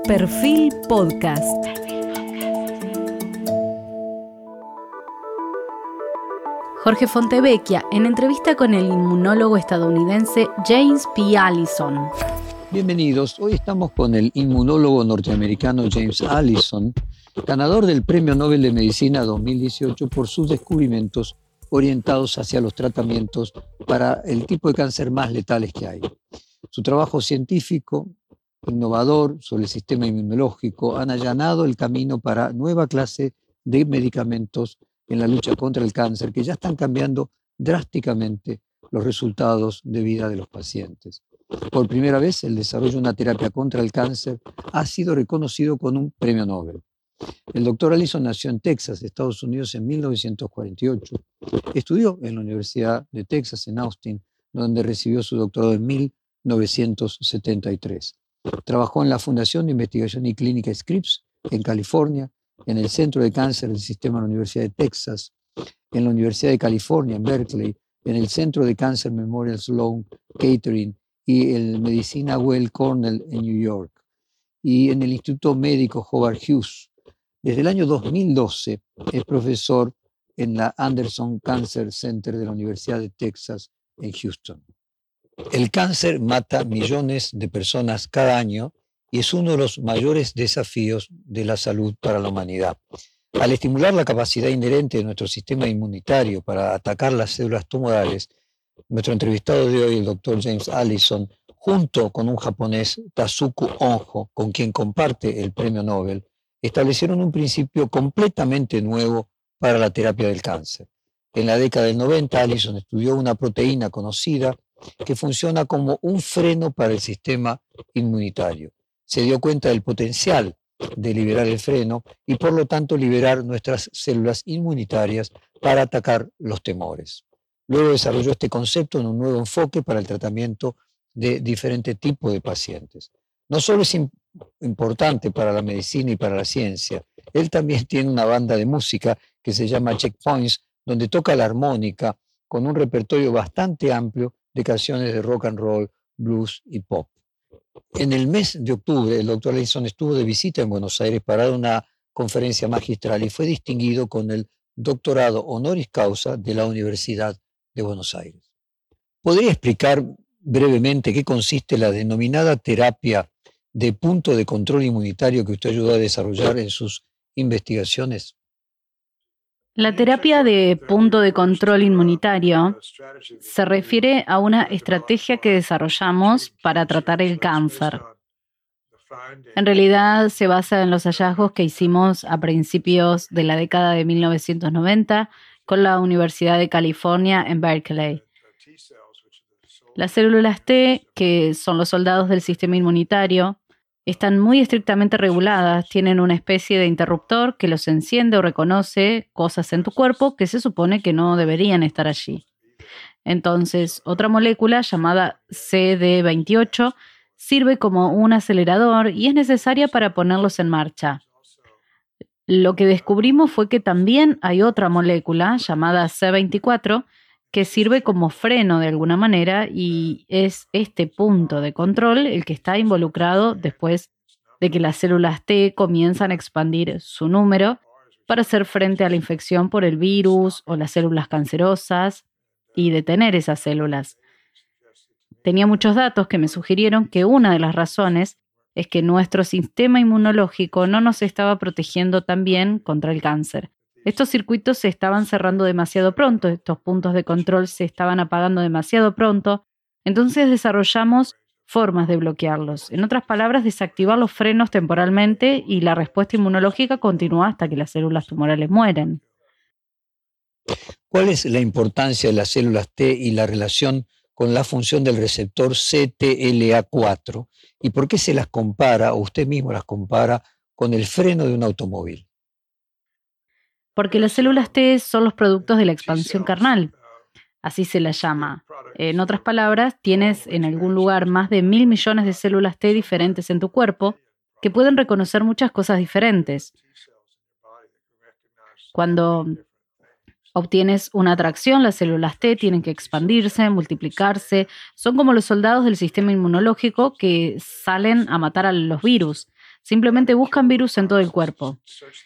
Perfil Podcast. Jorge Fontevecchia, en entrevista con el inmunólogo estadounidense James P. Allison. Bienvenidos, hoy estamos con el inmunólogo norteamericano James Allison, ganador del Premio Nobel de Medicina 2018 por sus descubrimientos orientados hacia los tratamientos para el tipo de cáncer más letales que hay. Su trabajo científico, innovador sobre el sistema inmunológico han allanado el camino para nueva clase de medicamentos en la lucha contra el cáncer que ya están cambiando drásticamente los resultados de vida de los pacientes. Por primera vez, el desarrollo de una terapia contra el cáncer ha sido reconocido con un premio Nobel. El doctor Allison nació en Texas, Estados Unidos, en 1948. Estudió en la Universidad de Texas en Austin, donde recibió su doctorado en 1973. Trabajó en la Fundación de Investigación y Clínica Scripps en California, en el Centro de Cáncer del Sistema de la Universidad de Texas, en la Universidad de California en Berkeley, en el Centro de Cáncer Memorial Sloan Kettering y en Medicina Weill Cornell en New York, y en el Instituto Médico Howard Hughes. Desde el año 2012 es profesor en la Anderson Cancer Center de la Universidad de Texas en Houston. El cáncer mata millones de personas cada año y es uno de los mayores desafíos de la salud para la humanidad. Al estimular la capacidad inherente de nuestro sistema inmunitario para atacar las células tumorales, nuestro entrevistado de hoy, el doctor James Allison, junto con un japonés, Tasuku Honjo, con quien comparte el premio Nobel, establecieron un principio completamente nuevo para la terapia del cáncer. En la década del 90, Allison estudió una proteína conocida que funciona como un freno para el sistema inmunitario. Se dio cuenta del potencial de liberar el freno y por lo tanto liberar nuestras células inmunitarias para atacar los tumores. Luego desarrolló este concepto en un nuevo enfoque para el tratamiento de diferentes tipos de pacientes. No solo es importante para la medicina y para la ciencia, él también tiene una banda de música que se llama Checkpoints, donde toca la armónica con un repertorio bastante amplio de canciones de rock and roll, blues y pop. En el mes de octubre, el doctor Allison estuvo de visita en Buenos Aires para dar una conferencia magistral y fue distinguido con el doctorado honoris causa de la Universidad de Buenos Aires. ¿Podría explicar brevemente qué consiste la denominada terapia de punto de control inmunitario que usted ayudó a desarrollar en sus investigaciones? La terapia de punto de control inmunitario se refiere a una estrategia que desarrollamos para tratar el cáncer. En realidad se basa en los hallazgos que hicimos a principios de la década de 1990 con la Universidad de California en Berkeley. Las células T, que son los soldados del sistema inmunitario, están muy estrictamente reguladas, tienen una especie de interruptor que los enciende o reconoce cosas en tu cuerpo que se supone que no deberían estar allí. Entonces, otra molécula llamada CD28 sirve como un acelerador y es necesaria para ponerlos en marcha. Lo que descubrimos fue que también hay otra molécula llamada C24 que sirve como freno de alguna manera y es este punto de control el que está involucrado después de que las células T comienzan a expandir su número para hacer frente a la infección por el virus o las células cancerosas y detener esas células. Tenía muchos datos que me sugirieron que una de las razones es que nuestro sistema inmunológico no nos estaba protegiendo tan bien contra el cáncer. Estos circuitos se estaban cerrando demasiado pronto, estos puntos de control se estaban apagando demasiado pronto, entonces desarrollamos formas de bloquearlos. En otras palabras, desactivar los frenos temporalmente y la respuesta inmunológica continúa hasta que las células tumorales mueren. ¿Cuál es la importancia de las células T y la relación con la función del receptor CTLA4? ¿Y por qué se las compara, o usted mismo las compara, con el freno de un automóvil? Porque las células T son los productos de la expansión carnal, así se las llama. En otras palabras, tienes en algún lugar más de 1.000 millones de células T diferentes en tu cuerpo que pueden reconocer muchas cosas diferentes. Cuando obtienes una atracción, las células T tienen que expandirse, multiplicarse. Son como los soldados del sistema inmunológico que salen a matar a los virus. Simplemente buscan virus en todo el cuerpo.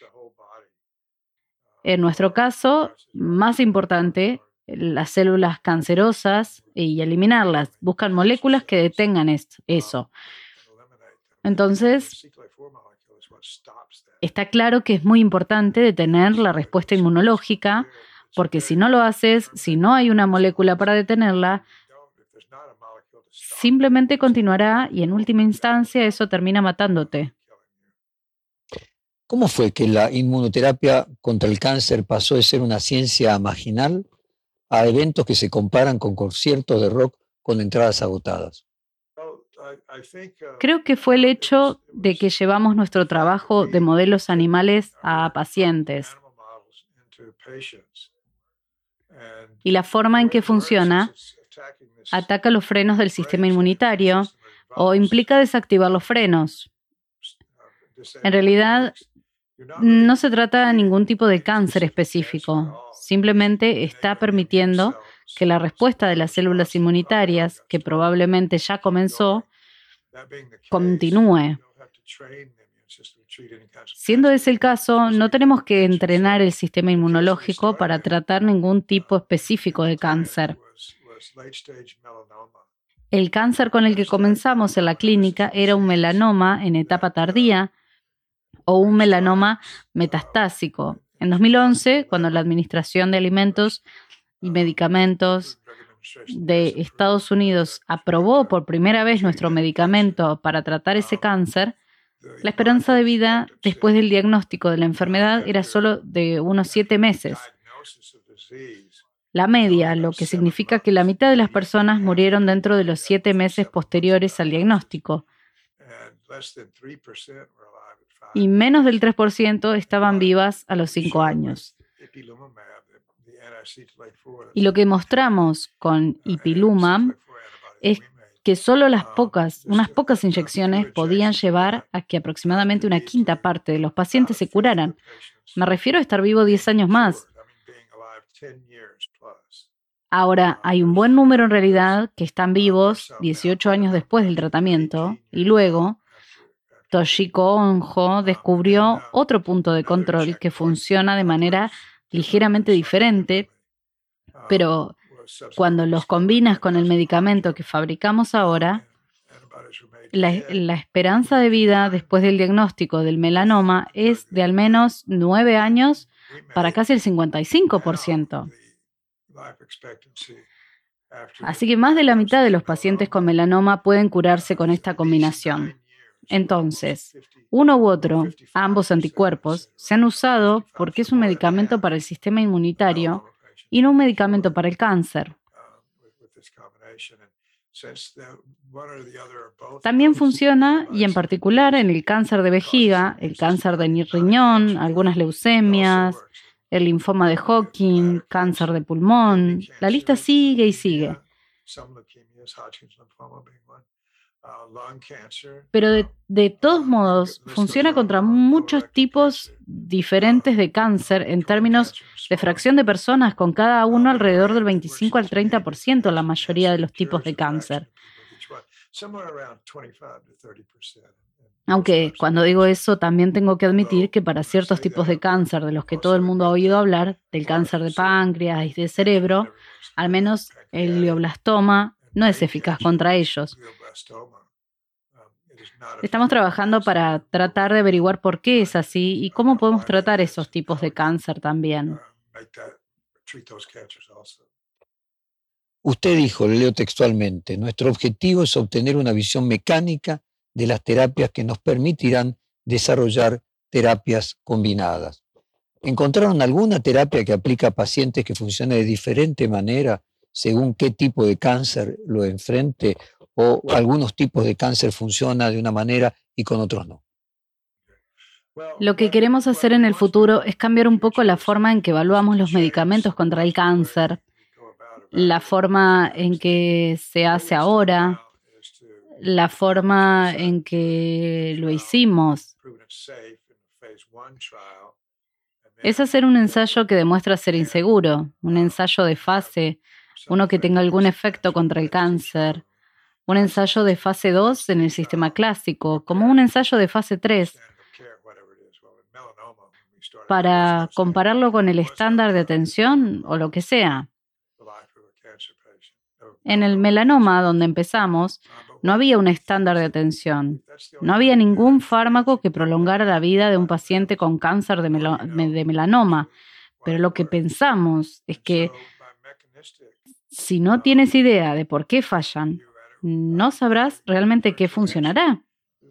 En nuestro caso, más importante, las células cancerosas y eliminarlas. Buscan moléculas que detengan eso. Entonces, está claro que es muy importante detener la respuesta inmunológica, porque si no lo haces, si no hay una molécula para detenerla, simplemente continuará y en última instancia eso termina matándote. ¿Cómo fue que la inmunoterapia contra el cáncer pasó de ser una ciencia marginal a eventos que se comparan con conciertos de rock con entradas agotadas? Creo que fue el hecho de que llevamos nuestro trabajo de modelos animales a pacientes y la forma en que funciona ataca los frenos del sistema inmunitario o implica desactivar los frenos. En realidad, no se trata de ningún tipo de cáncer específico, simplemente está permitiendo que la respuesta de las células inmunitarias, que probablemente ya comenzó, continúe. Siendo ese el caso, no tenemos que entrenar el sistema inmunológico para tratar ningún tipo específico de cáncer. El cáncer con el que comenzamos en la clínica era un melanoma en etapa tardía o un melanoma metastásico. En 2011, cuando la Administración de Alimentos y Medicamentos de Estados Unidos aprobó por primera vez nuestro medicamento para tratar ese cáncer, la esperanza de vida después del diagnóstico de la enfermedad era solo de unos 7 meses. La media, lo que significa que la mitad de las personas murieron dentro de los 7 meses posteriores al diagnóstico. Y menos del 3% estaban vivas a los 5 años. Y lo que mostramos con Ipilimumab es que solo unas pocas inyecciones podían llevar a que aproximadamente una quinta parte de los pacientes se curaran. Me refiero a estar vivo 10 años más. Ahora, hay un buen número en realidad que están vivos 18 años después del tratamiento y luego Toshiko Onjo descubrió otro punto de control que funciona de manera ligeramente diferente, pero cuando los combinas con el medicamento que fabricamos ahora, la esperanza de vida después del diagnóstico del melanoma es de al menos 9 años para casi el 55%. Así que más de la mitad de los pacientes con melanoma pueden curarse con esta combinación. Entonces, uno u otro, ambos anticuerpos, se han usado porque es un medicamento para el sistema inmunitario y no un medicamento para el cáncer. También funciona, y en particular en el cáncer de vejiga, el cáncer de riñón, algunas leucemias, el linfoma de Hodgkin, cáncer de pulmón. La lista sigue y sigue. Pero de todos modos, funciona contra muchos tipos diferentes de cáncer en términos de fracción de personas, con cada uno alrededor del 25 al 30% la mayoría de los tipos de cáncer. Aunque cuando digo eso también tengo que admitir que para ciertos tipos de cáncer de los que todo el mundo ha oído hablar, del cáncer de páncreas y de cerebro, al menos el glioblastoma no es eficaz contra ellos. Estamos trabajando para tratar de averiguar por qué es así y cómo podemos tratar esos tipos de cáncer también. Usted dijo, le leo textualmente, nuestro objetivo es obtener una visión mecánica de las terapias que nos permitirán desarrollar terapias combinadas. ¿Encontraron alguna terapia que aplica a pacientes que funcione de diferente manera según qué tipo de cáncer lo enfrente, o algunos tipos de cáncer funcionan de una manera y con otros no? Lo que queremos hacer en el futuro es cambiar un poco la forma en que evaluamos los medicamentos contra el cáncer, la forma en que se hace ahora, la forma en que lo hicimos. Es hacer un ensayo que demuestra ser inseguro, un ensayo de fase, uno que tenga algún efecto contra el cáncer, un ensayo de fase 2 en el sistema clásico, como un ensayo de fase 3, para compararlo con el estándar de atención o lo que sea. En el melanoma, donde empezamos, no había un estándar de atención. No había ningún fármaco que prolongara la vida de un paciente con cáncer de melanoma. Pero lo que pensamos es que si no tienes idea de por qué fallan, no sabrás realmente qué funcionará.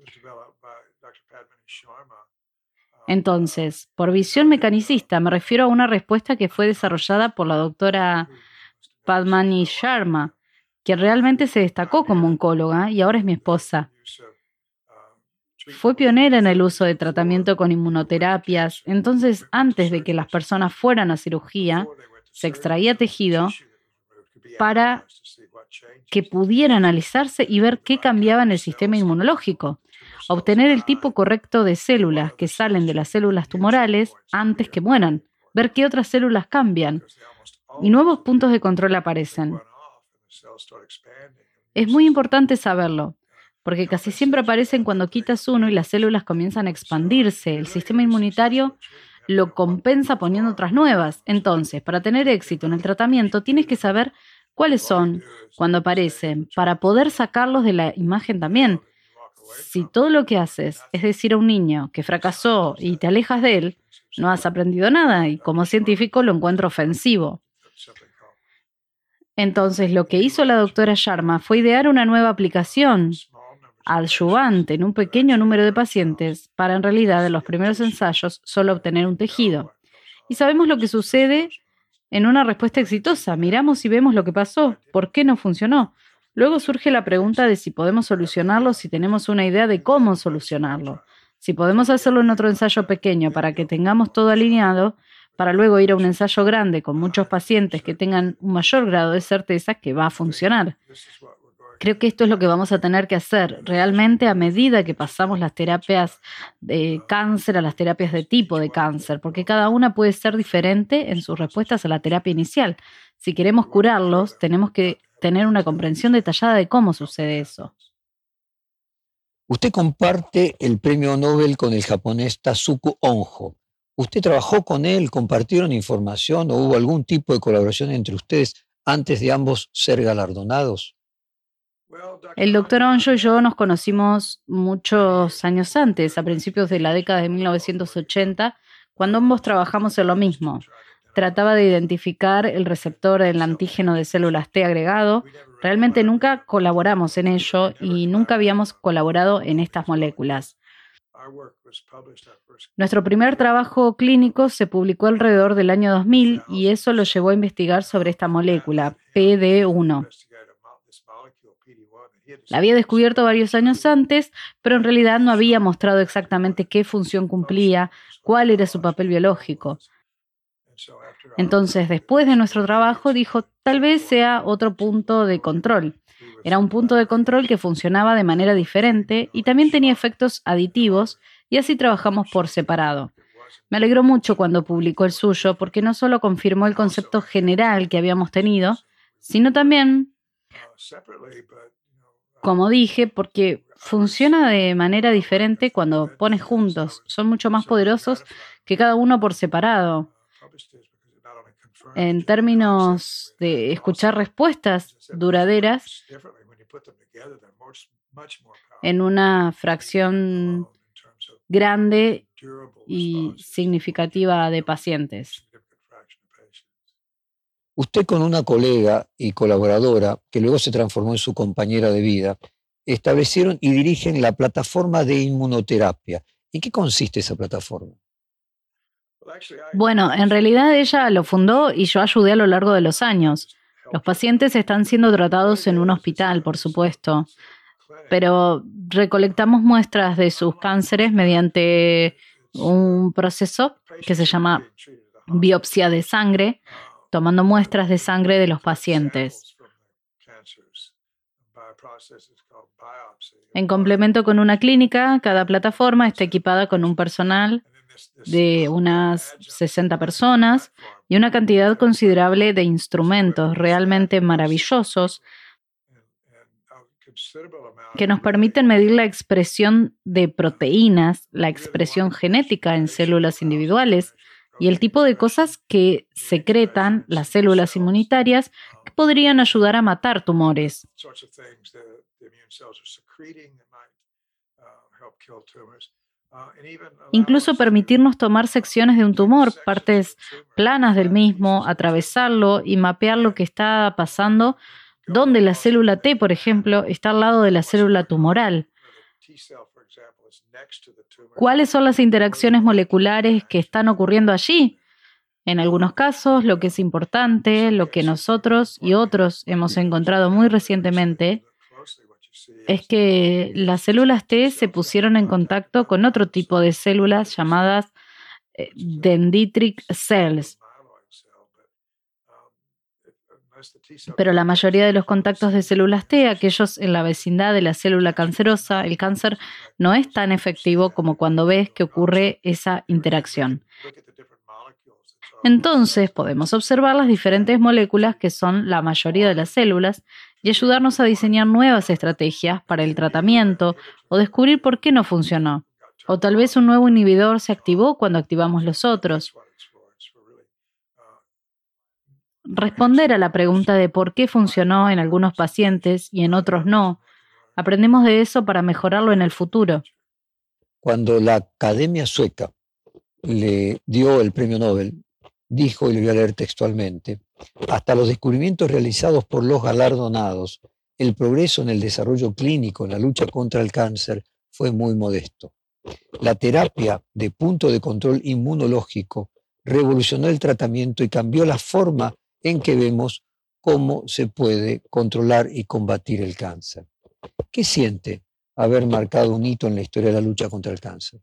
Entonces, por visión mecanicista me refiero a una respuesta que fue desarrollada por la doctora Padmani Sharma, que realmente se destacó como oncóloga y ahora es mi esposa. Fue pionera en el uso de tratamiento con inmunoterapias, entonces antes de que las personas fueran a cirugía, se extraía tejido para que pudiera analizarse y ver qué cambiaba en el sistema inmunológico, obtener el tipo correcto de células que salen de las células tumorales antes que mueran, ver qué otras células cambian y nuevos puntos de control aparecen. Es muy importante saberlo, porque casi siempre aparecen cuando quitas uno y las células comienzan a expandirse. El sistema inmunitario lo compensa poniendo otras nuevas. Entonces, para tener éxito en el tratamiento, tienes que saber cuáles son cuando aparecen, para poder sacarlos de la imagen también. Si todo lo que haces es decir a un niño que fracasó y te alejas de él, no has aprendido nada y como científico lo encuentro ofensivo. Entonces, lo que hizo la doctora Sharma fue idear una nueva aplicación adyuvante en un pequeño número de pacientes para en realidad en los primeros ensayos solo obtener un tejido. Y sabemos lo que sucede en una respuesta exitosa. Miramos y vemos lo que pasó. ¿Por qué no funcionó? Luego surge la pregunta de si podemos solucionarlo, si tenemos una idea de cómo solucionarlo. Si podemos hacerlo en otro ensayo pequeño para que tengamos todo alineado, para luego ir a un ensayo grande con muchos pacientes que tengan un mayor grado de certeza que va a funcionar. Creo que esto es lo que vamos a tener que hacer realmente a medida que pasamos las terapias de cáncer a las terapias de tipo de cáncer, porque cada una puede ser diferente en sus respuestas a la terapia inicial. Si queremos curarlos, tenemos que tener una comprensión detallada de cómo sucede eso. Usted comparte el premio Nobel con el japonés Tasuku Honjo. ¿Usted trabajó con él, compartieron información o hubo algún tipo de colaboración entre ustedes antes de ambos ser galardonados? El doctor Onjo y yo nos conocimos muchos años antes, a principios de la década de 1980, cuando ambos trabajamos en lo mismo. Trataba de identificar el receptor del antígeno de células T agregado. Realmente nunca colaboramos en ello y nunca habíamos colaborado en estas moléculas. Nuestro primer trabajo clínico se publicó alrededor del año 2000 y eso lo llevó a investigar sobre esta molécula, PD1. La había descubierto varios años antes, pero en realidad no había mostrado exactamente qué función cumplía, cuál era su papel biológico. Entonces, después de nuestro trabajo, dijo, tal vez sea otro punto de control. Era un punto de control que funcionaba de manera diferente y también tenía efectos aditivos, y así trabajamos por separado. Me alegró mucho cuando publicó el suyo, porque no solo confirmó el concepto general que habíamos tenido, sino también, como dije, porque funciona de manera diferente cuando pones juntos. Son mucho más poderosos que cada uno por separado. En términos de escuchar respuestas duraderas en una fracción grande y significativa de pacientes. Usted con una colega y colaboradora, que luego se transformó en su compañera de vida, establecieron y dirigen la plataforma de inmunoterapia. ¿En qué consiste esa plataforma? Bueno, en realidad ella lo fundó y yo ayudé a lo largo de los años. Los pacientes están siendo tratados en un hospital, por supuesto, pero recolectamos muestras de sus cánceres mediante un proceso que se llama biopsia de sangre, tomando muestras de sangre de los pacientes. En complemento con una clínica, cada plataforma está equipada con un personal de unas 60 personas y una cantidad considerable de instrumentos realmente maravillosos que nos permiten medir la expresión de proteínas, la expresión genética en células individuales y el tipo de cosas que secretan las células inmunitarias que podrían ayudar a matar tumores. Incluso permitirnos tomar secciones de un tumor, partes planas del mismo, atravesarlo y mapear lo que está pasando, donde la célula T, por ejemplo, está al lado de la célula tumoral. ¿Cuáles son las interacciones moleculares que están ocurriendo allí? En algunos casos, lo que es importante, lo que nosotros y otros hemos encontrado muy recientemente, es que las células T se pusieron en contacto con otro tipo de células llamadas dendritic cells. Pero la mayoría de los contactos de células T, aquellos en la vecindad de la célula cancerosa, el cáncer no es tan efectivo como cuando ves que ocurre esa interacción. Entonces podemos observar las diferentes moléculas que son la mayoría de las células y ayudarnos a diseñar nuevas estrategias para el tratamiento o descubrir por qué no funcionó. O tal vez un nuevo inhibidor se activó cuando activamos los otros. Responder a la pregunta de por qué funcionó en algunos pacientes y en otros no. Aprendemos de eso para mejorarlo en el futuro. Cuando la Academia Sueca le dio el premio Nobel, dijo, y le voy a leer textualmente, hasta los descubrimientos realizados por los galardonados, el progreso en el desarrollo clínico en la lucha contra el cáncer fue muy modesto. La terapia de punto de control inmunológico revolucionó el tratamiento y cambió la forma en que vemos cómo se puede controlar y combatir el cáncer. ¿Qué siente haber marcado un hito en la historia de la lucha contra el cáncer?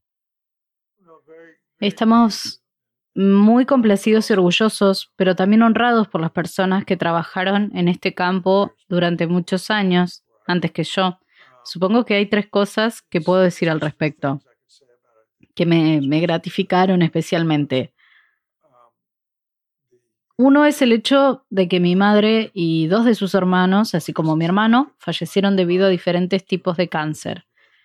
Estamos muy complacidos y orgullosos, pero también honrados por las personas que trabajaron en este campo durante muchos años, antes que yo. Supongo que hay 3 cosas que puedo decir al respecto, que me gratificaron especialmente. Uno es el hecho de que mi madre y 2 de sus hermanos, así como mi hermano, fallecieron debido a diferentes tipos de cáncer.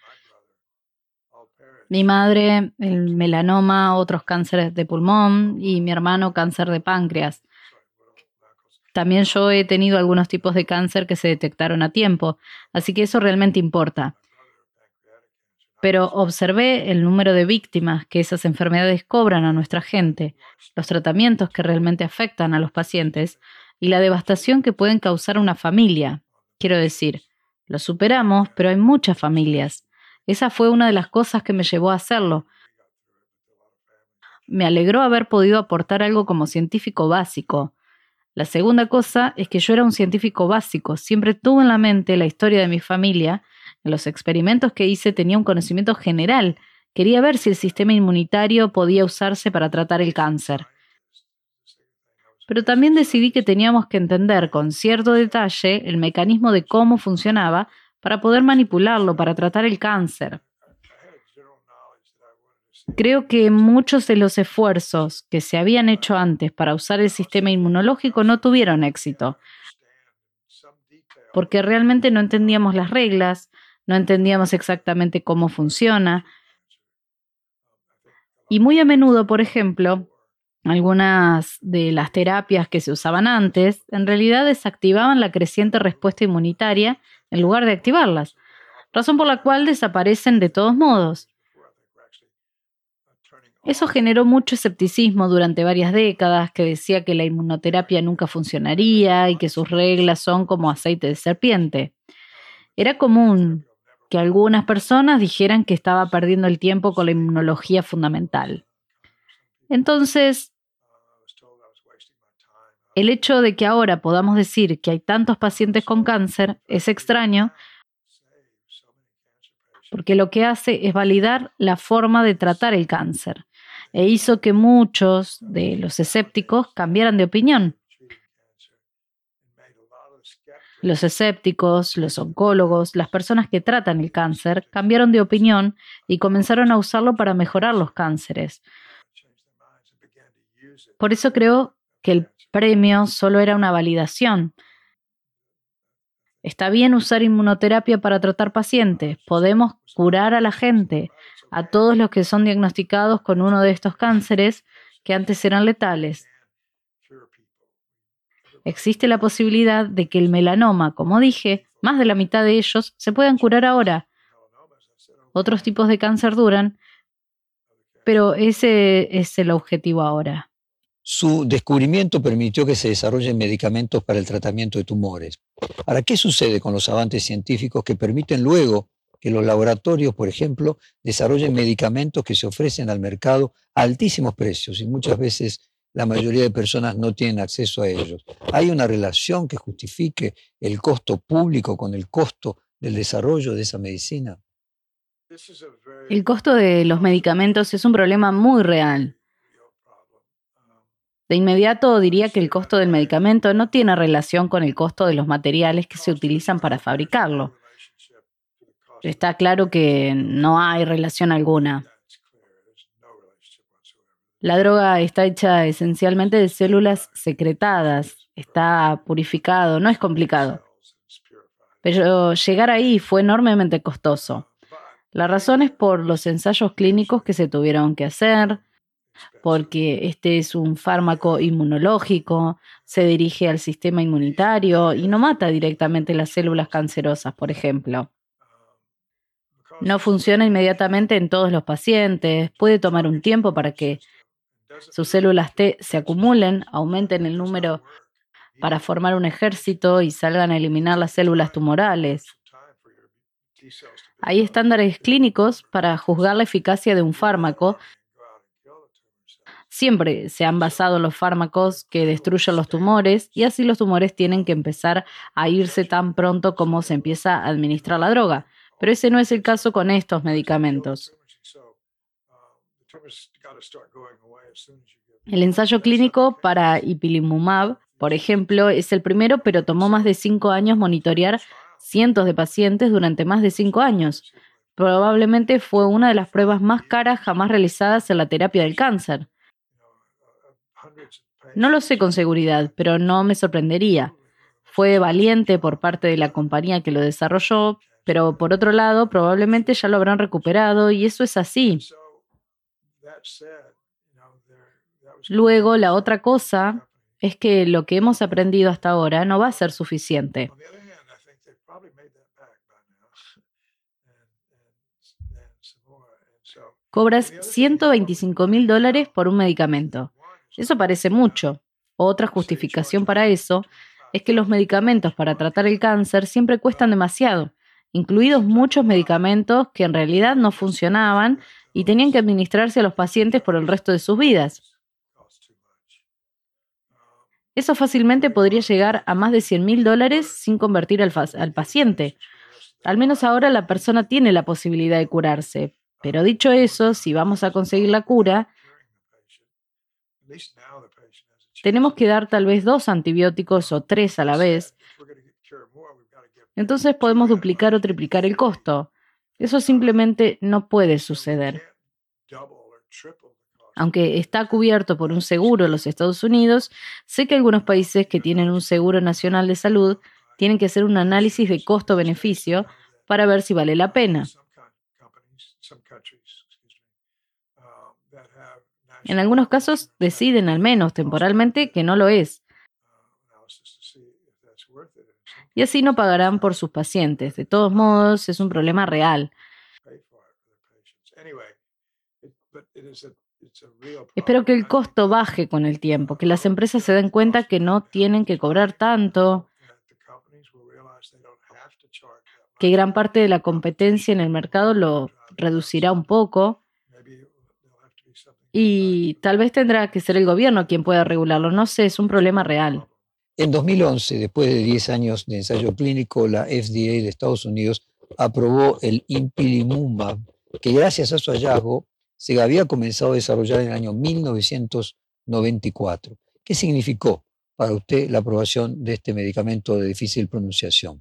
Mi madre, el melanoma, otros cánceres de pulmón y mi hermano cáncer de páncreas. También yo he tenido algunos tipos de cáncer que se detectaron a tiempo, así que eso realmente importa. Pero observé el número de víctimas que esas enfermedades cobran a nuestra gente, los tratamientos que realmente afectan a los pacientes y la devastación que pueden causar a una familia. Quiero decir, lo superamos, pero hay muchas familias. Esa fue una de las cosas que me llevó a hacerlo. Me alegró haber podido aportar algo como científico básico. La segunda cosa es que yo era un científico básico. Siempre tuve en la mente la historia de mi familia. En los experimentos que hice tenía un conocimiento general. Quería ver si el sistema inmunitario podía usarse para tratar el cáncer. Pero también decidí que teníamos que entender con cierto detalle el mecanismo de cómo funcionaba para poder manipularlo para tratar el cáncer. Creo que muchos de los esfuerzos que se habían hecho antes para usar el sistema inmunológico no tuvieron éxito, porque realmente no entendíamos las reglas, no entendíamos exactamente cómo funciona. Y muy a menudo, por ejemplo, algunas de las terapias que se usaban antes en realidad desactivaban la creciente respuesta inmunitaria en lugar de activarlas, razón por la cual desaparecen de todos modos. Eso generó mucho escepticismo durante varias décadas, que decía que la inmunoterapia nunca funcionaría y que sus reglas son como aceite de serpiente. Era común que algunas personas dijeran que estaba perdiendo el tiempo con la inmunología fundamental. Entonces, el hecho de que ahora podamos decir que hay tantos pacientes con cáncer es extraño, porque lo que hace es validar la forma de tratar el cáncer e hizo que muchos de los escépticos cambiaran de opinión. Los escépticos, los oncólogos, las personas que tratan el cáncer cambiaron de opinión y comenzaron a usarlo para mejorar los cánceres. Por eso creo que el premio solo era una validación. Está bien usar inmunoterapia para tratar pacientes. Podemos curar a la gente, a todos los que son diagnosticados con uno de estos cánceres que antes eran letales. Existe la posibilidad de que el melanoma, como dije, más de la mitad de ellos se puedan curar ahora. Otros tipos de cáncer duran, pero ese es el objetivo ahora. Su descubrimiento permitió que se desarrollen medicamentos para el tratamiento de tumores. Ahora, ¿qué sucede con los avances científicos que permiten luego que los laboratorios, por ejemplo, desarrollen medicamentos que se ofrecen al mercado a altísimos precios y muchas veces la mayoría de personas no tienen acceso a ellos? ¿Hay una relación que justifique el costo público con el costo del desarrollo de esa medicina? El costo de los medicamentos es un problema muy real. De inmediato diría que el costo del medicamento no tiene relación con el costo de los materiales que se utilizan para fabricarlo. Está claro que no hay relación alguna. La droga está hecha esencialmente de células secretadas, está purificado, no es complicado. Pero llegar ahí fue enormemente costoso. La razón es por los ensayos clínicos que se tuvieron que hacer, porque este es un fármaco inmunológico, se dirige al sistema inmunitario y no mata directamente las células cancerosas, por ejemplo. No funciona inmediatamente en todos los pacientes, puede tomar un tiempo para que sus células T se acumulen, aumenten el número para formar un ejército y salgan a eliminar las células tumorales. Hay estándares clínicos para juzgar la eficacia de un fármaco. Siempre se han basado en los fármacos que destruyen los tumores y así los tumores tienen que empezar a irse tan pronto como se empieza a administrar la droga. Pero ese no es el caso con estos medicamentos. El ensayo clínico para ipilimumab, por ejemplo, es el primero, pero tomó más de 5 años monitorear cientos de pacientes durante más de 5 años. Probablemente fue una de las pruebas más caras jamás realizadas en la terapia del cáncer. No lo sé con seguridad, pero no me sorprendería. Fue valiente por parte de la compañía que lo desarrolló, pero por otro lado, probablemente ya lo habrán recuperado y eso es así. Luego, la otra cosa es que lo que hemos aprendido hasta ahora no va a ser suficiente. Cobras $125,000 por un medicamento. Eso parece mucho. Otra justificación para eso es que los medicamentos para tratar el cáncer siempre cuestan demasiado, incluidos muchos medicamentos que en realidad no funcionaban y tenían que administrarse a los pacientes por el resto de sus vidas. Eso fácilmente podría llegar a más de $100,000 sin convertir al paciente. Al menos ahora la persona tiene la posibilidad de curarse. Pero dicho eso, si vamos a conseguir la cura, tenemos que dar tal vez 2 antibióticos o 3 a la vez. Entonces podemos duplicar o triplicar el costo. Eso simplemente no puede suceder. Aunque está cubierto por un seguro en los Estados Unidos, sé que algunos países que tienen un seguro nacional de salud tienen que hacer un análisis de costo-beneficio para ver si vale la pena. En algunos casos deciden, al menos temporalmente, que no lo es. Y así no pagarán por sus pacientes. De todos modos, es un problema real. Espero que el costo baje con el tiempo, que las empresas se den cuenta que no tienen que cobrar tanto, que gran parte de la competencia en el mercado lo reducirá un poco y tal vez tendrá que ser el gobierno quien pueda regularlo. No sé, es un problema real. En 2011, después de 10 años de ensayo clínico, la FDA de Estados Unidos aprobó el ipilimumab, que gracias a su hallazgo se había comenzado a desarrollar en el año 1994. ¿Qué significó para usted la aprobación de este medicamento de difícil pronunciación?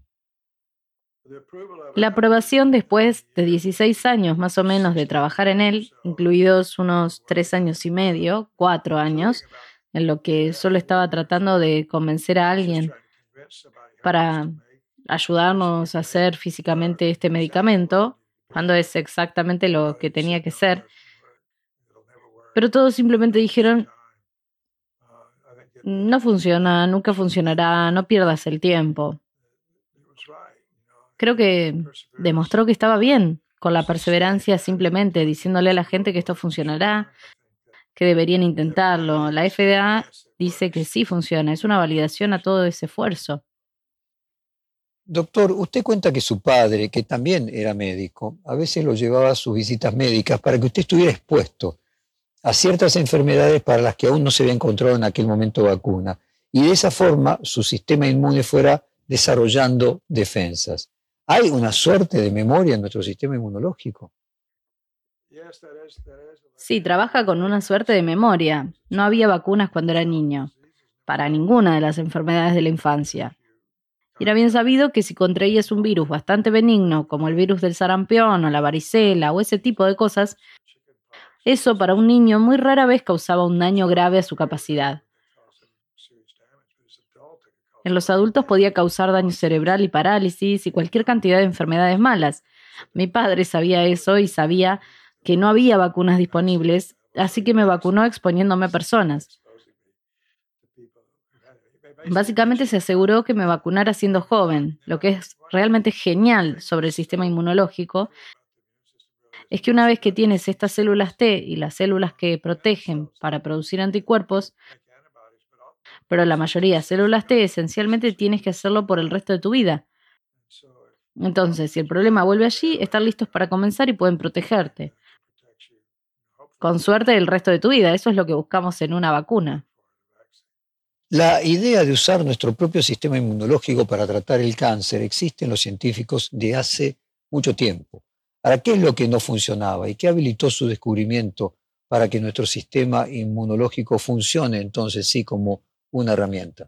La aprobación después de 16 años más o menos de trabajar en él, incluidos unos 3 años y medio, 4 años, en lo que solo estaba tratando de convencer a alguien para ayudarnos a hacer físicamente este medicamento, cuando es exactamente lo que tenía que ser. Pero todos simplemente dijeron, no funciona, nunca funcionará, no pierdas el tiempo. Creo que demostró que estaba bien con la perseverancia, simplemente diciéndole a la gente que esto funcionará, que deberían intentarlo. La FDA dice que sí funciona, es una validación a todo ese esfuerzo. Doctor, usted cuenta que su padre, que también era médico, a veces lo llevaba a sus visitas médicas para que usted estuviera expuesto a ciertas enfermedades para las que aún no se había encontrado en aquel momento vacuna. Y de esa forma su sistema inmune fuera desarrollando defensas. ¿Hay una suerte de memoria en nuestro sistema inmunológico? Sí, trabaja con una suerte de memoria. No había vacunas cuando era niño, para ninguna de las enfermedades de la infancia. Era bien sabido que si contraías un virus bastante benigno, como el virus del sarampión o la varicela o ese tipo de cosas, eso para un niño muy rara vez causaba un daño grave a su capacidad. En los adultos podía causar daño cerebral y parálisis y cualquier cantidad de enfermedades malas. Mi padre sabía eso y sabía que no había vacunas disponibles, así que me vacunó exponiéndome a personas. Básicamente se aseguró que me vacunara siendo joven. Lo que es realmente genial sobre el sistema inmunológico es que una vez que tienes estas células T y las células que protegen para producir anticuerpos, pero la mayoría de células T esencialmente tienes que hacerlo por el resto de tu vida. Entonces, si el problema vuelve allí, están listos para comenzar y pueden protegerte. Con suerte el resto de tu vida. Eso es lo que buscamos en una vacuna. La idea de usar nuestro propio sistema inmunológico para tratar el cáncer existe en los científicos de hace mucho tiempo. ¿Para qué es lo que no funcionaba y qué habilitó su descubrimiento para que nuestro sistema inmunológico funcione entonces sí como una herramienta?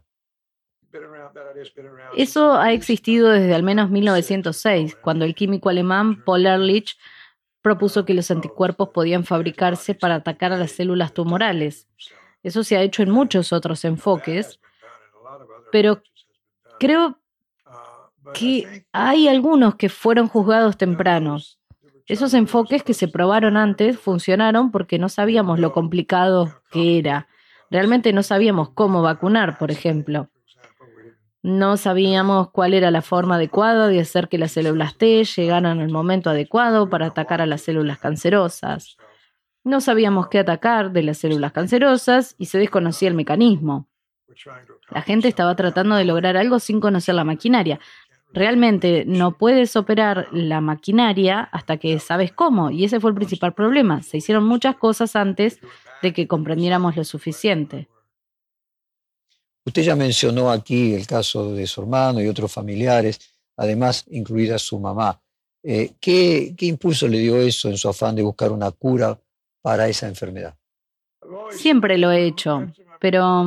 Eso ha existido desde al menos 1906, cuando el químico alemán Paul Ehrlich propuso que los anticuerpos podían fabricarse para atacar a las células tumorales. Eso se ha hecho en muchos otros enfoques, pero creo que hay algunos que fueron juzgados temprano. Esos enfoques que se probaron antes funcionaron porque no sabíamos lo complicado que era. Realmente no sabíamos cómo vacunar, por ejemplo. No sabíamos cuál era la forma adecuada de hacer que las células T llegaran al momento adecuado para atacar a las células cancerosas. No sabíamos qué atacar de las células cancerosas y se desconocía el mecanismo. La gente estaba tratando de lograr algo sin conocer la maquinaria. Realmente no puedes operar la maquinaria hasta que sabes cómo, y ese fue el principal problema. Se hicieron muchas cosas antes de que comprendiéramos lo suficiente. Usted ya mencionó aquí el caso de su hermano y otros familiares, además incluida su mamá. ¿Qué impulso le dio eso en su afán de buscar una cura para esa enfermedad? Siempre lo he hecho, pero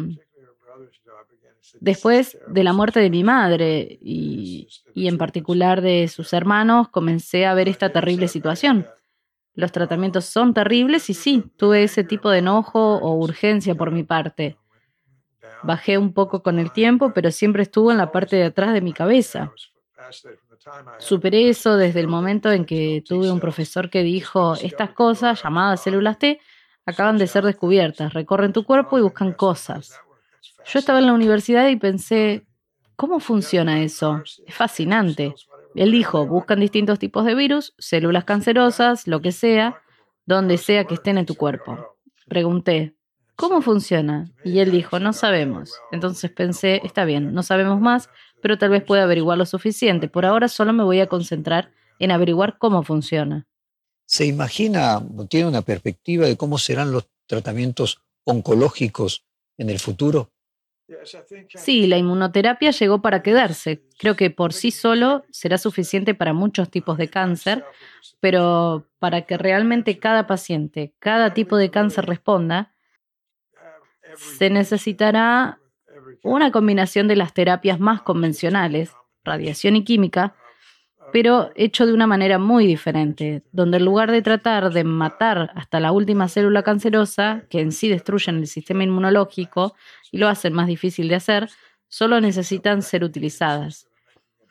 después de la muerte de mi madre y en particular de sus hermanos, comencé a ver esta terrible situación. Los tratamientos son terribles y sí, tuve ese tipo de enojo o urgencia por mi parte. Bajé un poco con el tiempo, pero siempre estuvo en la parte de atrás de mi cabeza. Superé eso desde el momento en que tuve un profesor que dijo, estas cosas, llamadas células T, acaban de ser descubiertas, recorren tu cuerpo y buscan cosas. Yo estaba en la universidad y pensé, ¿cómo funciona eso? Es fascinante. Él dijo, buscan distintos tipos de virus, células cancerosas, lo que sea, donde sea que estén en tu cuerpo. Pregunté, ¿cómo funciona? Y él dijo, no sabemos. Entonces pensé, está bien, no sabemos más, pero tal vez pueda averiguar lo suficiente. Por ahora solo me voy a concentrar en averiguar cómo funciona. ¿Se imagina o tiene una perspectiva de cómo serán los tratamientos oncológicos en el futuro? Sí, la inmunoterapia llegó para quedarse. Creo que por sí solo será suficiente para muchos tipos de cáncer, pero para que realmente cada paciente, cada tipo de cáncer responda, se necesitará una combinación de las terapias más convencionales, radiación y química, pero hecho de una manera muy diferente, donde en lugar de tratar de matar hasta la última célula cancerosa, que en sí destruyen el sistema inmunológico y lo hacen más difícil de hacer, solo necesitan ser utilizadas.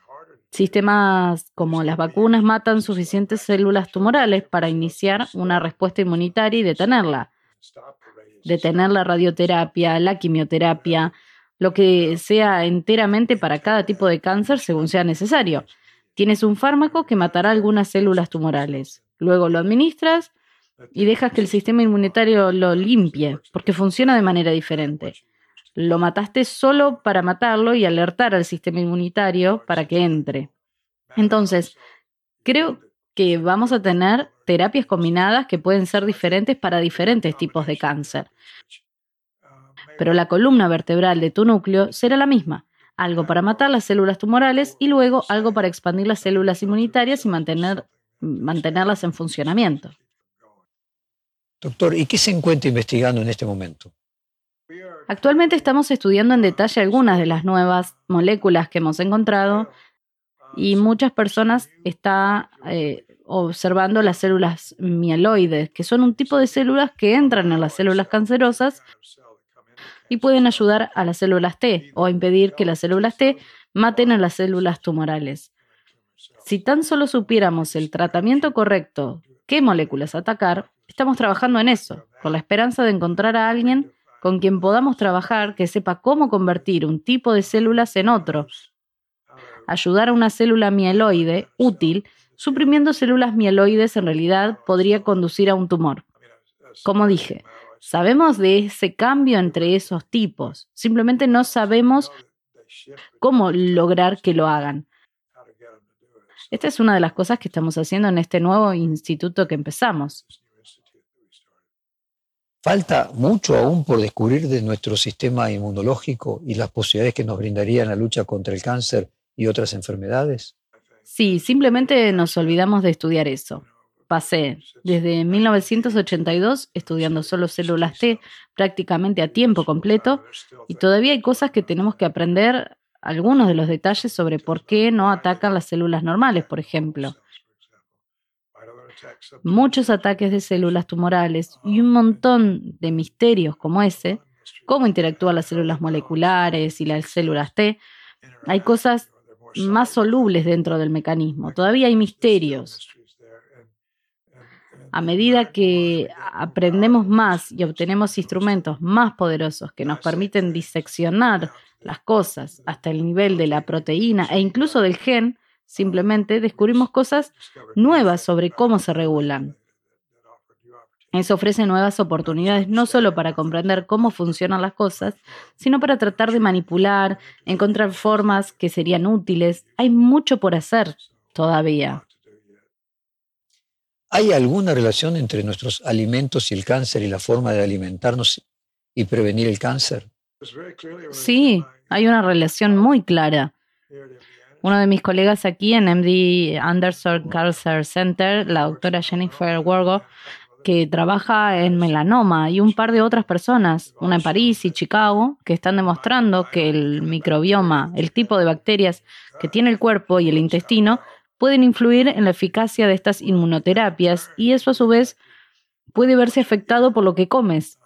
Sistemas como las vacunas matan suficientes células tumorales para iniciar una respuesta inmunitaria y detenerla. Detener la radioterapia, la quimioterapia, lo que sea enteramente para cada tipo de cáncer según sea necesario. Tienes un fármaco que matará algunas células tumorales. Luego lo administras y dejas que el sistema inmunitario lo limpie, porque funciona de manera diferente. Lo mataste solo para matarlo y alertar al sistema inmunitario para que entre. Entonces, creo que vamos a tener terapias combinadas que pueden ser diferentes para diferentes tipos de cáncer. Pero la columna vertebral de tu núcleo será la misma. Algo para matar las células tumorales y luego algo para expandir las células inmunitarias y mantenerlas en funcionamiento. Doctor, ¿y qué se encuentra investigando en este momento? Actualmente estamos estudiando en detalle algunas de las nuevas moléculas que hemos encontrado y muchas personas están observando las células mieloides, que son un tipo de células que entran en las células cancerosas y pueden ayudar a las células T o impedir que las células T maten a las células tumorales. Si tan solo supiéramos el tratamiento correcto, qué moléculas atacar, estamos trabajando en eso, con la esperanza de encontrar a alguien con quien podamos trabajar que sepa cómo convertir un tipo de células en otro. Ayudar a una célula mieloide útil, suprimiendo células mieloides en realidad podría conducir a un tumor. Como dije, sabemos de ese cambio entre esos tipos, simplemente no sabemos cómo lograr que lo hagan. Esta es una de las cosas que estamos haciendo en este nuevo instituto que empezamos. Falta mucho aún por descubrir de nuestro sistema inmunológico y las posibilidades que nos brindaría en la lucha contra el cáncer y otras enfermedades. Sí, simplemente nos olvidamos de estudiar eso. Pasé desde 1982 estudiando solo células T prácticamente a tiempo completo y todavía hay cosas que tenemos que aprender, algunos de los detalles sobre por qué no atacan las células normales, por ejemplo. Muchos ataques de células tumorales y un montón de misterios como ese, cómo interactúan las células moleculares y las células T. Hay cosas más solubles dentro del mecanismo, todavía hay misterios. A medida que aprendemos más y obtenemos instrumentos más poderosos que nos permiten diseccionar las cosas hasta el nivel de la proteína e incluso del gen, simplemente descubrimos cosas nuevas sobre cómo se regulan. Eso ofrece nuevas oportunidades no solo para comprender cómo funcionan las cosas, sino para tratar de manipular, encontrar formas que serían útiles. Hay mucho por hacer todavía. ¿Hay alguna relación entre nuestros alimentos y el cáncer y la forma de alimentarnos y prevenir el cáncer? Sí, hay una relación muy clara. Uno de mis colegas aquí en MD Anderson Cancer Center, la doctora Jennifer Wargo, que trabaja en melanoma, y un par de otras personas, una en París y Chicago, que están demostrando que el microbioma, el tipo de bacterias que tiene el cuerpo y el intestino, pueden influir en la eficacia de estas inmunoterapias y eso a su vez puede verse afectado por lo que comes.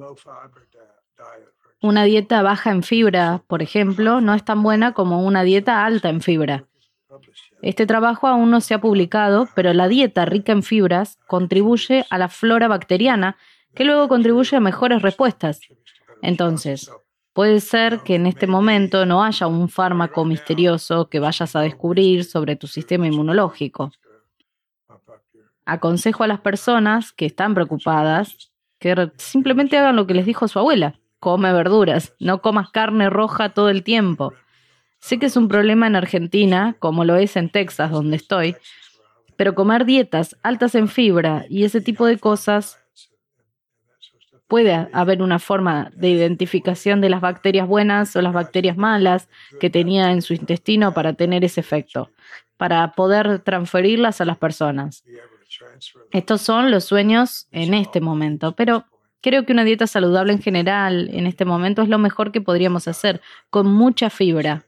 Una dieta baja en fibra, por ejemplo, no es tan buena como una dieta alta en fibra. Este trabajo aún no se ha publicado, pero la dieta rica en fibras contribuye a la flora bacteriana, que luego contribuye a mejores respuestas. Entonces, puede ser que en este momento no haya un fármaco misterioso que vayas a descubrir sobre tu sistema inmunológico. Aconsejo a las personas que están preocupadas que simplemente hagan lo que les dijo su abuela. Come verduras, no comas carne roja todo el tiempo. Sé que es un problema en Argentina, como lo es en Texas, donde estoy, pero comer dietas altas en fibra y ese tipo de cosas puede haber una forma de identificación de las bacterias buenas o las bacterias malas que tenía en su intestino para tener ese efecto, para poder transferirlas a las personas. Estos son los sueños en este momento, pero creo que una dieta saludable en general en este momento es lo mejor que podríamos hacer, con mucha fibra.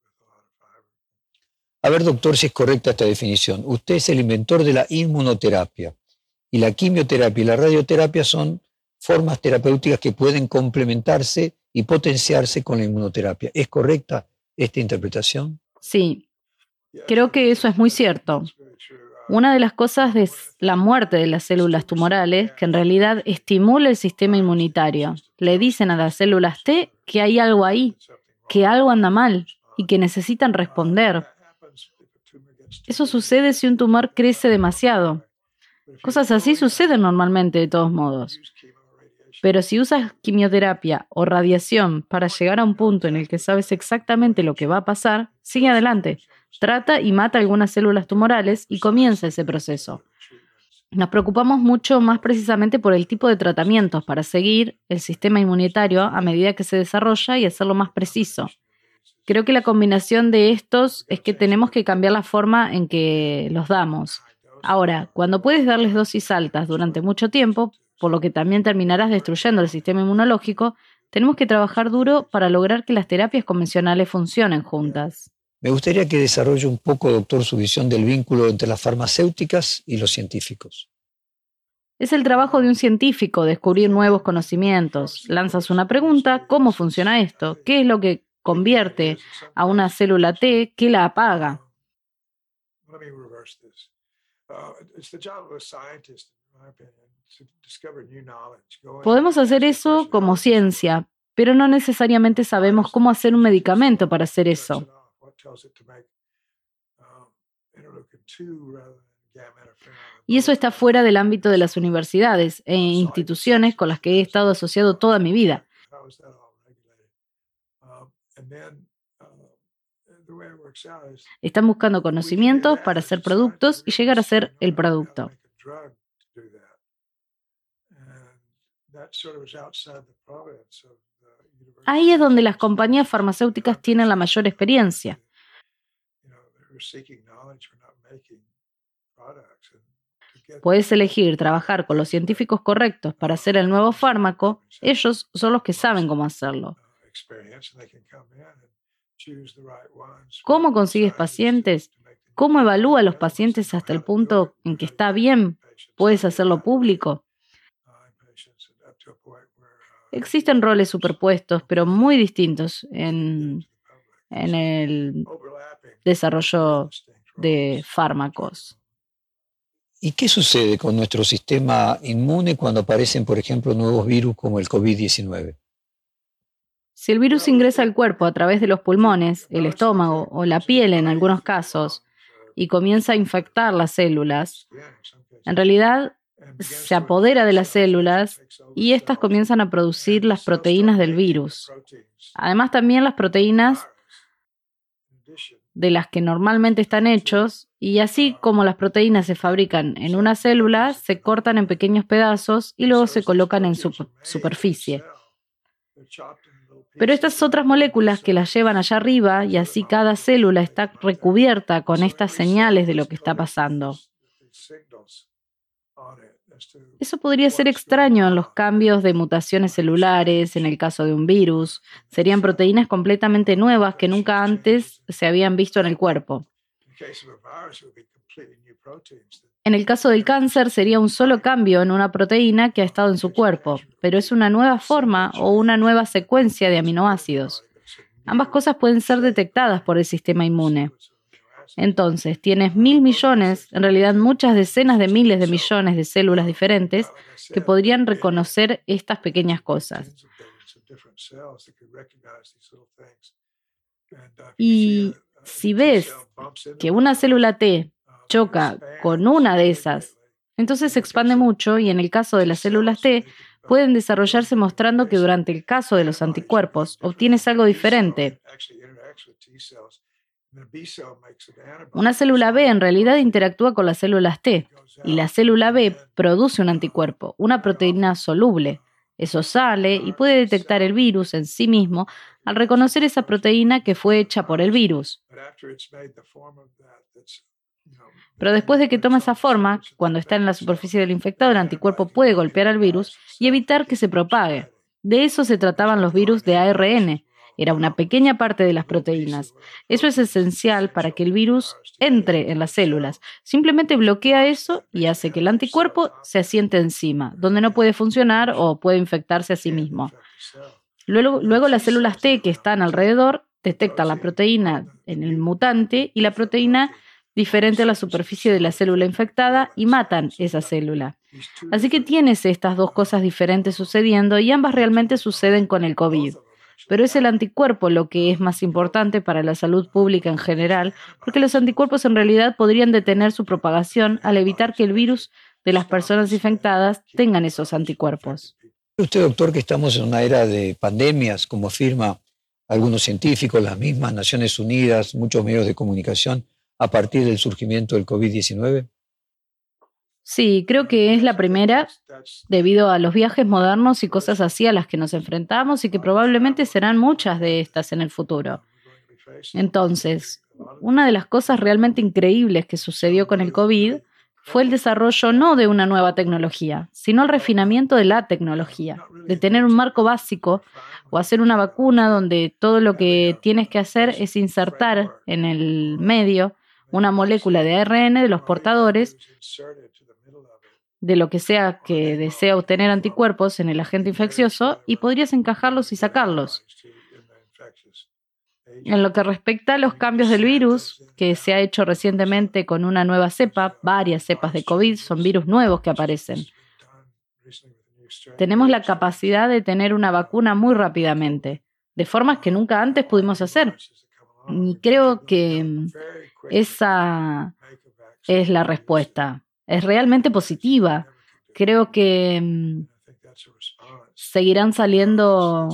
A ver, doctor, si es correcta esta definición. Usted es el inventor de la inmunoterapia y la quimioterapia y la radioterapia son formas terapéuticas que pueden complementarse y potenciarse con la inmunoterapia. ¿Es correcta esta interpretación? Sí. Creo que eso es muy cierto. Una de las cosas es la muerte de las células tumorales, que en realidad estimula el sistema inmunitario. Le dicen a las células T que hay algo ahí, que algo anda mal y que necesitan responder. Eso sucede si un tumor crece demasiado. Cosas así suceden normalmente de todos modos. Pero si usas quimioterapia o radiación para llegar a un punto en el que sabes exactamente lo que va a pasar, sigue adelante. Trata y mata algunas células tumorales y comienza ese proceso. Nos preocupamos mucho más precisamente por el tipo de tratamientos para seguir el sistema inmunitario a medida que se desarrolla y hacerlo más preciso. Creo que la combinación de estos es que tenemos que cambiar la forma en que los damos. Ahora, cuando puedes darles dosis altas durante mucho tiempo, por lo que también terminarás destruyendo el sistema inmunológico, tenemos que trabajar duro para lograr que las terapias convencionales funcionen juntas. Me gustaría que desarrolle un poco, doctor, su visión del vínculo entre las farmacéuticas y los científicos. Es el trabajo de un científico descubrir nuevos conocimientos. Lanzas una pregunta, ¿cómo funciona esto? ¿Qué es lo que convierte a una célula T? ¿Qué la apaga? Podemos hacer eso como ciencia, pero no necesariamente sabemos cómo hacer un medicamento para hacer eso. Y eso está fuera del ámbito de las universidades e instituciones con las que he estado asociado toda mi vida. Están buscando conocimientos para hacer productos y llegar a ser el producto. Ahí es donde las compañías farmacéuticas tienen la mayor experiencia. Puedes elegir trabajar con los científicos correctos para hacer el nuevo fármaco. Ellos son los que saben cómo hacerlo. ¿Cómo consigues pacientes? ¿Cómo evalúa a los pacientes hasta el punto en que está bien? ¿Puedes hacerlo público? Existen roles superpuestos, pero muy distintos en el desarrollo de fármacos. ¿Y qué sucede con nuestro sistema inmune cuando aparecen, por ejemplo, nuevos virus como el COVID-19? Si el virus ingresa al cuerpo a través de los pulmones, el estómago o la piel en algunos casos y comienza a infectar las células, en realidad se apodera de las células y éstas comienzan a producir las proteínas del virus. Además, también las proteínas de las que normalmente están hechos, y así como las proteínas se fabrican en una célula, se cortan en pequeños pedazos y luego se colocan en su superficie. Pero estas otras moléculas que las llevan allá arriba, y así cada célula está recubierta con estas señales de lo que está pasando. Eso podría ser extraño en los cambios de mutaciones celulares, en el caso de un virus. Serían proteínas completamente nuevas que nunca antes se habían visto en el cuerpo. En el caso del cáncer sería un solo cambio en una proteína que ha estado en su cuerpo, pero es una nueva forma o una nueva secuencia de aminoácidos. Ambas cosas pueden ser detectadas por el sistema inmune. Entonces, tienes 1.000 millones, en realidad muchas decenas de miles de millones de células diferentes que podrían reconocer estas pequeñas cosas. Y si ves que una célula T choca con una de esas, entonces se expande mucho y en el caso de las células T pueden desarrollarse mostrando que durante el caso de los anticuerpos obtienes algo diferente. Una célula B en realidad interactúa con las células T y la célula B produce un anticuerpo, una proteína soluble. Eso sale y puede detectar el virus en sí mismo al reconocer esa proteína que fue hecha por el virus. Pero después de que toma esa forma, cuando está en la superficie del infectado, el anticuerpo puede golpear al virus y evitar que se propague. De eso se trataban los virus de ARN. Era una pequeña parte de las proteínas. Eso es esencial para que el virus entre en las células. Simplemente bloquea eso y hace que el anticuerpo se asiente encima, donde no puede funcionar o puede infectarse a sí mismo. Luego las células T que están alrededor detectan la proteína en el mutante y la proteína diferente a la superficie de la célula infectada y matan esa célula. Así que tienes estas dos cosas diferentes sucediendo y ambas realmente suceden con el COVID. Pero es el anticuerpo lo que es más importante para la salud pública en general, porque los anticuerpos en realidad podrían detener su propagación al evitar que el virus de las personas infectadas tengan esos anticuerpos. ¿Cree usted, doctor, que estamos en una era de pandemias, como afirma algunos científicos, las mismas Naciones Unidas, muchos medios de comunicación, a partir del surgimiento del COVID-19? Sí, creo que es la primera debido a los viajes modernos y cosas así a las que nos enfrentamos y que probablemente serán muchas de estas en el futuro. Entonces, una de las cosas realmente increíbles que sucedió con el COVID fue el desarrollo no de una nueva tecnología, sino el refinamiento de la tecnología, de tener un marco básico o hacer una vacuna donde todo lo que tienes que hacer es insertar en el medio una molécula de ARN de los portadores de lo que sea que desea obtener anticuerpos en el agente infeccioso y podrías encajarlos y sacarlos. En lo que respecta a los cambios del virus, que se ha hecho recientemente con una nueva cepa, varias cepas de COVID, son virus nuevos que aparecen. Tenemos la capacidad de tener una vacuna muy rápidamente, de formas que nunca antes pudimos hacer. Y creo que esa es la respuesta. Es realmente positiva. Creo que seguirán saliendo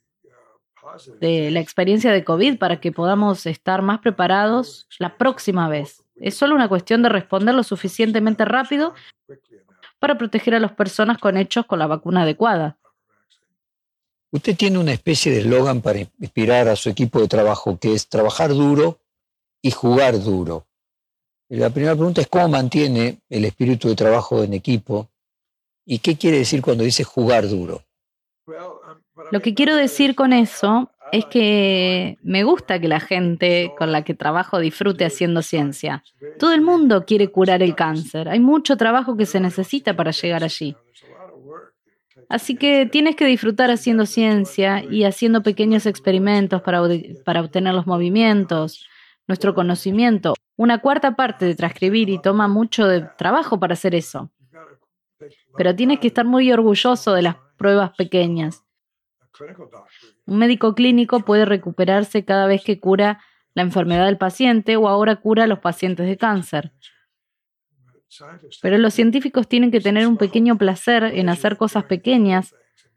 de la experiencia de COVID para que podamos estar más preparados la próxima vez. Es solo una cuestión de responder lo suficientemente rápido para proteger a las personas hechos con la vacuna adecuada. Usted tiene una especie de eslogan para inspirar a su equipo de trabajo, que es trabajar duro y jugar duro. La primera pregunta es cómo mantiene el espíritu de trabajo en equipo y qué quiere decir cuando dice jugar duro. Lo que quiero decir con eso es que me gusta que la gente con la que trabajo disfrute haciendo ciencia. Todo el mundo quiere curar el cáncer. Hay mucho trabajo que se necesita para llegar allí. Así que tienes que disfrutar haciendo ciencia y haciendo pequeños experimentos para obtener los movimientos, nuestro conocimiento. Una cuarta parte de transcribir y toma mucho de trabajo para hacer eso. Pero tienes que estar muy orgulloso de las pruebas pequeñas. Un médico clínico puede recuperarse cada vez que cura la enfermedad del paciente o ahora cura a los pacientes de cáncer. Pero los científicos tienen que tener un pequeño placer en hacer cosas pequeñas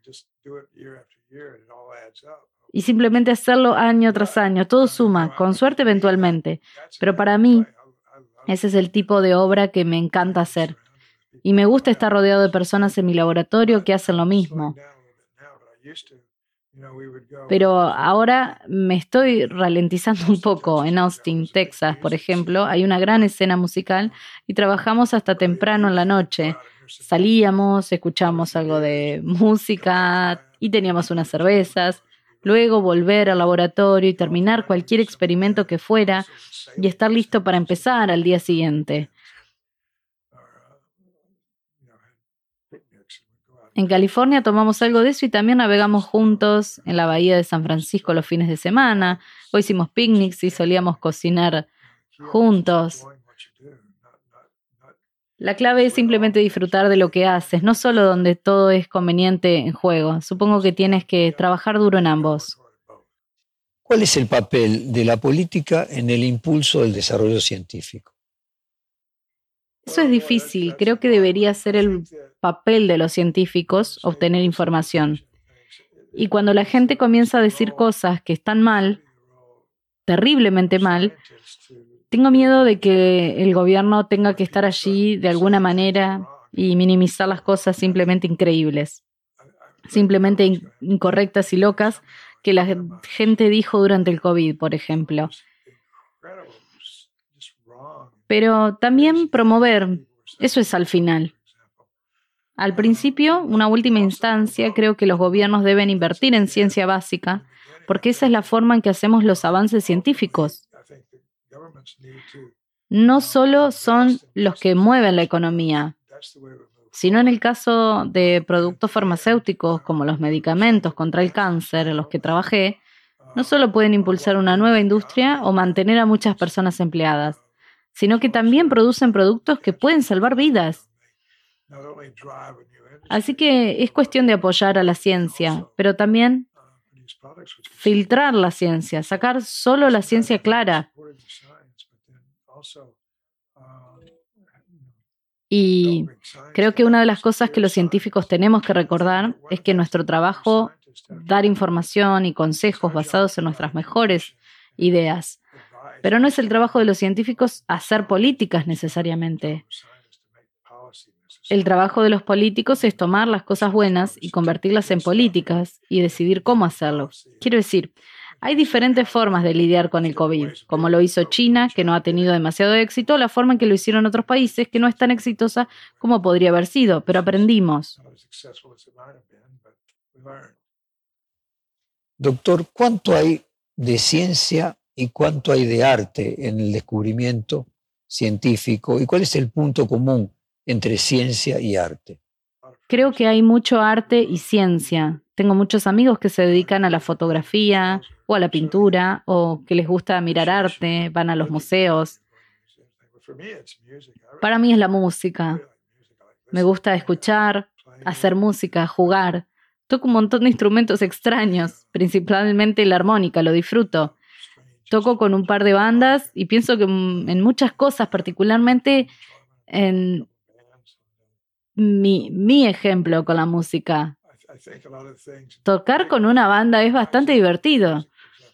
y simplemente hacerlo año tras año. Todo suma, con suerte eventualmente. Pero para mí, ese es el tipo de obra que me encanta hacer. Y me gusta estar rodeado de personas en mi laboratorio que hacen lo mismo. Pero ahora me estoy ralentizando un poco. En Austin, Texas, por ejemplo, hay una gran escena musical y trabajamos hasta temprano en la noche. Salíamos, escuchamos algo de música y teníamos unas cervezas. Luego volver al laboratorio y terminar cualquier experimento que fuera y estar listo para empezar al día siguiente. En California tomamos algo de eso y también navegamos juntos en la bahía de San Francisco los fines de semana. O hicimos picnics y solíamos cocinar juntos. La clave es simplemente disfrutar de lo que haces, no solo donde todo es conveniente en juego. Supongo que tienes que trabajar duro en ambos. ¿Cuál es el papel de la política en el impulso del desarrollo científico? Eso es difícil. Creo que debería ser el papel de los científicos obtener información. Y cuando la gente comienza a decir cosas que están mal, terriblemente mal, tengo miedo de que el gobierno tenga que estar allí de alguna manera y minimizar las cosas simplemente increíbles, simplemente incorrectas y locas que la gente dijo durante el COVID, por ejemplo. Pero también promover, eso es al final. Al principio, una última instancia, creo que los gobiernos deben invertir en ciencia básica, porque esa es la forma en que hacemos los avances científicos. No solo son los que mueven la economía, sino en el caso de productos farmacéuticos como los medicamentos contra el cáncer en los que trabajé, no solo pueden impulsar una nueva industria o mantener a muchas personas empleadas, sino que también producen productos que pueden salvar vidas. Así que es cuestión de apoyar a la ciencia, pero también filtrar la ciencia, sacar solo la ciencia clara. Y creo que una de las cosas que los científicos tenemos que recordar es que nuestro trabajo, dar información y consejos basados en nuestras mejores ideas, pero no es el trabajo de los científicos hacer políticas necesariamente. El trabajo de los políticos es tomar las cosas buenas y convertirlas en políticas y decidir cómo hacerlo. Quiero decir, hay diferentes formas de lidiar con el COVID, como lo hizo China, que no ha tenido demasiado éxito, o la forma en que lo hicieron otros países, que no es tan exitosa como podría haber sido, pero aprendimos. Doctor, ¿cuánto hay de ciencia y cuánto hay de arte en el descubrimiento científico? ¿Y cuál es el punto común entre ciencia y arte? Creo que hay mucho arte y ciencia. Tengo muchos amigos que se dedican a la fotografía o a la pintura o que les gusta mirar arte, van a los museos. Para mí es la música. Me gusta escuchar, hacer música, jugar. Toco un montón de instrumentos extraños, principalmente la armónica, lo disfruto. Toco con un par de bandas y pienso que en muchas cosas, particularmente en mi ejemplo con la música. Tocar con una banda es bastante divertido.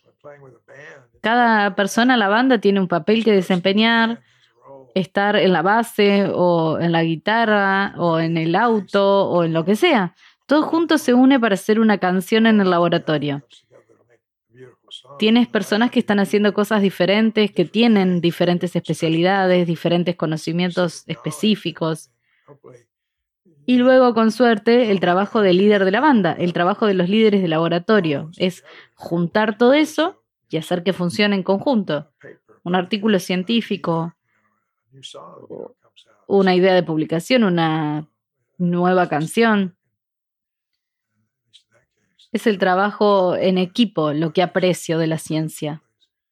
Cada persona en la banda tiene un papel que desempeñar, estar en la base o en la guitarra o en el auto o en lo que sea. Todo junto se une para hacer una canción en el laboratorio. Tienes personas que están haciendo cosas diferentes, que tienen diferentes especialidades, diferentes conocimientos específicos. Y luego, con suerte, el trabajo del líder de la banda, el trabajo de los líderes de laboratorio, es juntar todo eso y hacer que funcione en conjunto. Un artículo científico, una idea de publicación, una nueva canción. Es el trabajo en equipo lo que aprecio de la ciencia.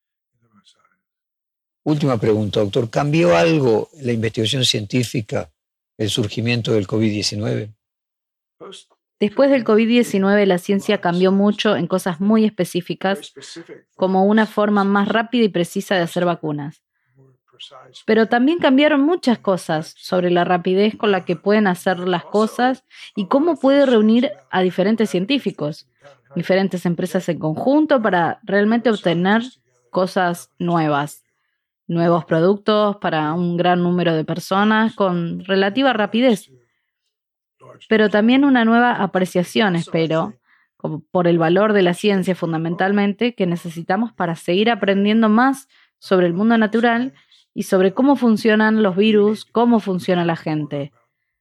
Última pregunta, doctor. ¿Cambió algo la investigación científica, el surgimiento del COVID-19? Después del COVID-19, la ciencia cambió mucho en cosas muy específicas, como una forma más rápida y precisa de hacer vacunas. Pero también cambiaron muchas cosas sobre la rapidez con la que pueden hacer las cosas y cómo puede reunir a diferentes científicos, diferentes empresas en conjunto para realmente obtener cosas nuevas, nuevos productos para un gran número de personas con relativa rapidez. Pero también una nueva apreciación, espero, por el valor de la ciencia fundamentalmente, que necesitamos para seguir aprendiendo más sobre el mundo natural y sobre cómo funcionan los virus, cómo funciona la gente.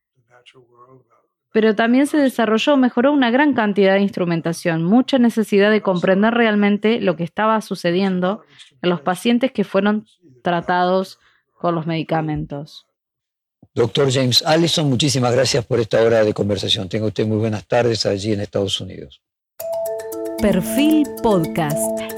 Pero también se desarrolló o mejoró una gran cantidad de instrumentación, mucha necesidad de comprender realmente lo que estaba sucediendo en los pacientes que fueron tratados con los medicamentos. Doctor James Allison, muchísimas gracias por esta hora de conversación. Tenga usted muy buenas tardes allí en Estados Unidos. Perfil Podcast.